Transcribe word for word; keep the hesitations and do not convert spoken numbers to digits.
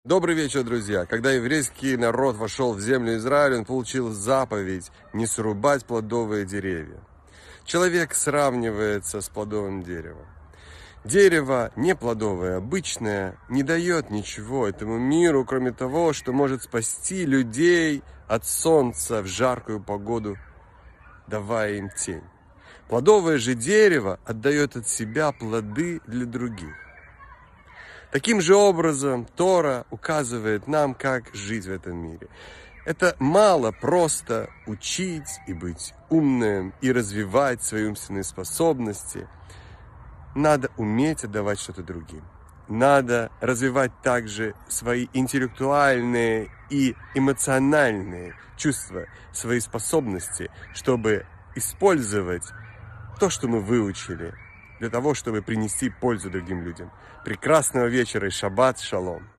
Добрый вечер, друзья! Когда еврейский народ вошел в землю Израиля, он получил заповедь не срубать плодовые деревья. Человек сравнивается с плодовым деревом. Дерево не плодовое, обычное, не дает ничего этому миру, кроме того, что может спасти людей от солнца в жаркую погоду, давая им тень. Плодовое же дерево отдает от себя плоды для других. Таким же образом Тора указывает нам, как жить в этом мире. Это мало просто учить и быть умным, и развивать свои умственные способности. Надо уметь отдавать что-то другим. Надо развивать также свои интеллектуальные и эмоциональные чувства, свои способности, чтобы использовать то, что мы выучили, для того, чтобы принести пользу другим людям. Прекрасного вечера и шаббат шалом!